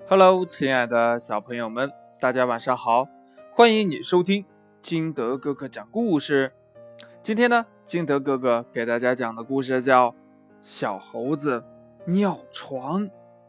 Hello， 亲爱的小朋友们，大家晚上好！欢迎你收听金德哥哥讲故事。今天呢，金德哥哥给大家讲的故事叫《小猴子尿床》。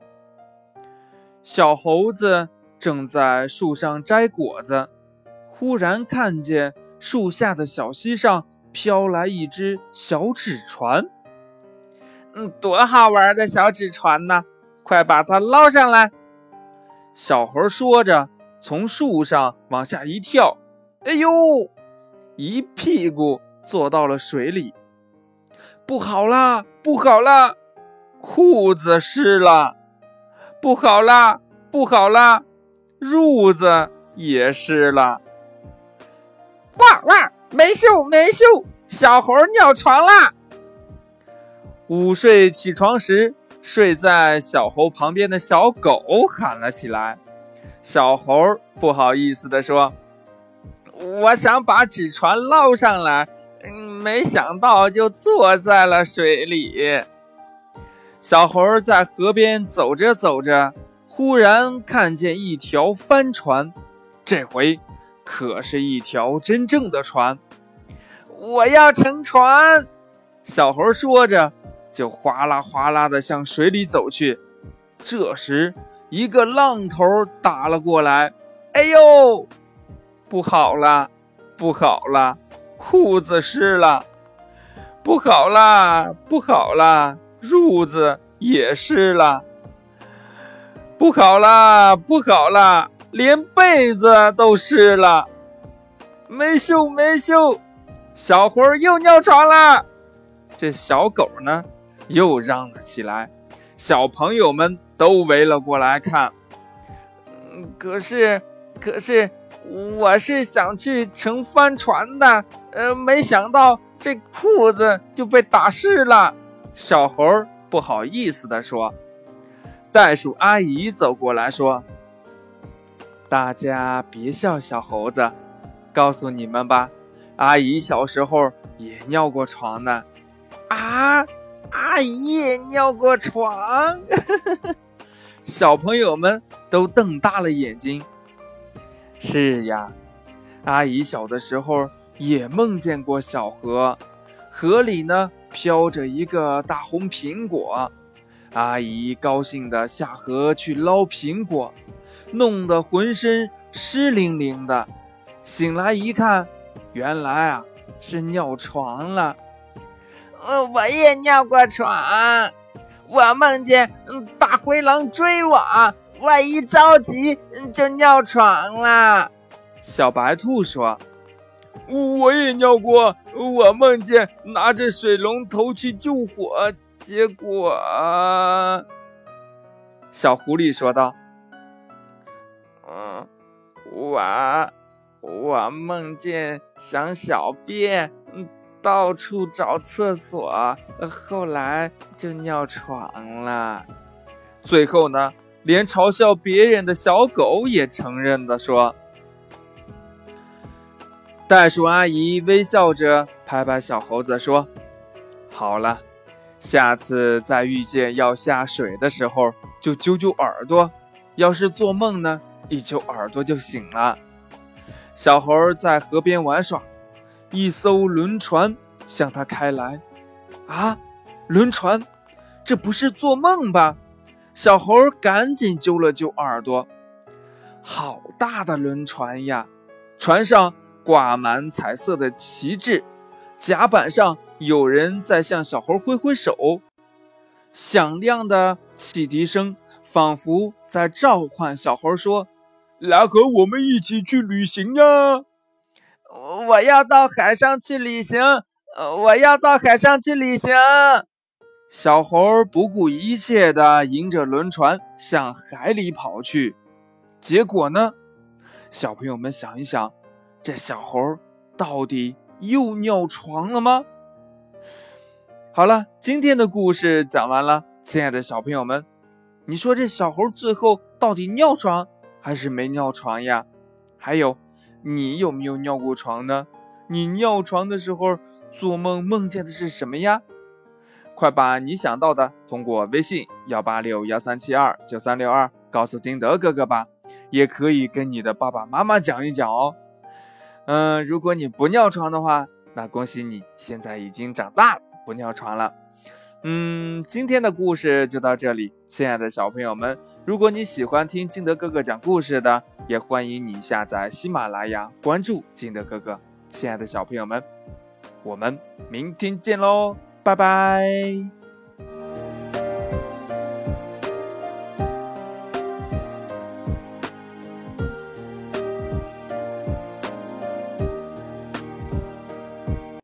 小猴子正在树上摘果子，忽然看见树下的小溪上飘来一只小纸船。 多好玩的小纸船呢！快把它捞上来！ 小猴说着，从树上往下一跳，哎呦，一屁股坐到了水里。不好啦，不好啦，裤子湿了！不好啦，不好啦，褥子也湿了！ 哇哇，没救没救，小猴尿床啦！ 午睡起床时，睡在小猴旁边的小狗喊了起来。小猴不好意思地说， 我想把纸船捞上来，没想到就坐在了水里。 小猴在河边走着走着，忽然看见一条帆船，这回可是一条真正的船。 我要乘船！ 小猴说着，就哗啦哗啦地向水里走去。这时一个浪头打了过来，哎呦，不好了，不好了，裤子湿了！不好啦，不好啦，褥子也湿了！不好啦，不好啦，连被子都湿了！没救没救，小猴又尿床了！这小狗呢，又嚷了起来。小朋友们都围了过来看。 可是我是想去乘帆船的，没想到这裤子就被打湿了。 小猴不好意思地说。袋鼠阿姨走过来说，大家别笑小猴子，告诉你们吧，阿姨小时候也尿过床呢。 啊，阿姨也尿过床？ 小朋友们都瞪大了眼睛。是呀，阿姨小的时候也梦见过小河，河里呢飘着一个大红苹果，阿姨高兴地下河去捞苹果，弄得浑身湿淋淋的，醒来一看，原来啊是尿床了。 我也尿过床，我梦见大灰狼追我一着急就尿床了。 小白兔说，我也尿过，我梦见拿着水龙头去救火，结果……小狐狸说道， 我梦见想小便，到处找厕所，后来就尿床了。 最后呢，连嘲笑别人的小狗也承认地说。袋鼠阿姨微笑着拍拍小猴子说，好了，下次再遇见要下水的时候就揪揪耳朵，要是做梦呢，一揪耳朵就醒了。小猴在河边玩耍，一艘轮船向他开来。啊，轮船，这不是做梦吧？小猴赶紧揪了揪耳朵。好大的轮船呀，船上挂满彩色的旗帜，甲板上有人在向小猴挥挥手，响亮的汽笛声仿佛在召唤小猴说，来和我们一起去旅行呀！ 我要到海上去旅行，我要到海上去旅行！ 小猴不顾一切地迎着轮船向海里跑去。结果呢，小朋友们想一想，这小猴到底又尿床了吗？好了，今天的故事讲完了，亲爱的小朋友们，你说这小猴最后到底尿床还是没尿床呀？还有，你有没有尿过床呢？你尿床的时候做梦梦见的是什么呀？ 快把你想到的通过微信18613729362告诉金德哥哥吧，也可以跟你的爸爸妈妈讲一讲哦。如果你不尿床的话，那恭喜你，现在已经长大了，不尿床了。今天的故事就到这里，亲爱的小朋友们，如果你喜欢听金德哥哥讲故事的，也欢迎你下载喜马拉雅，关注金德哥哥。亲爱的小朋友们，我们明天见喽，拜拜。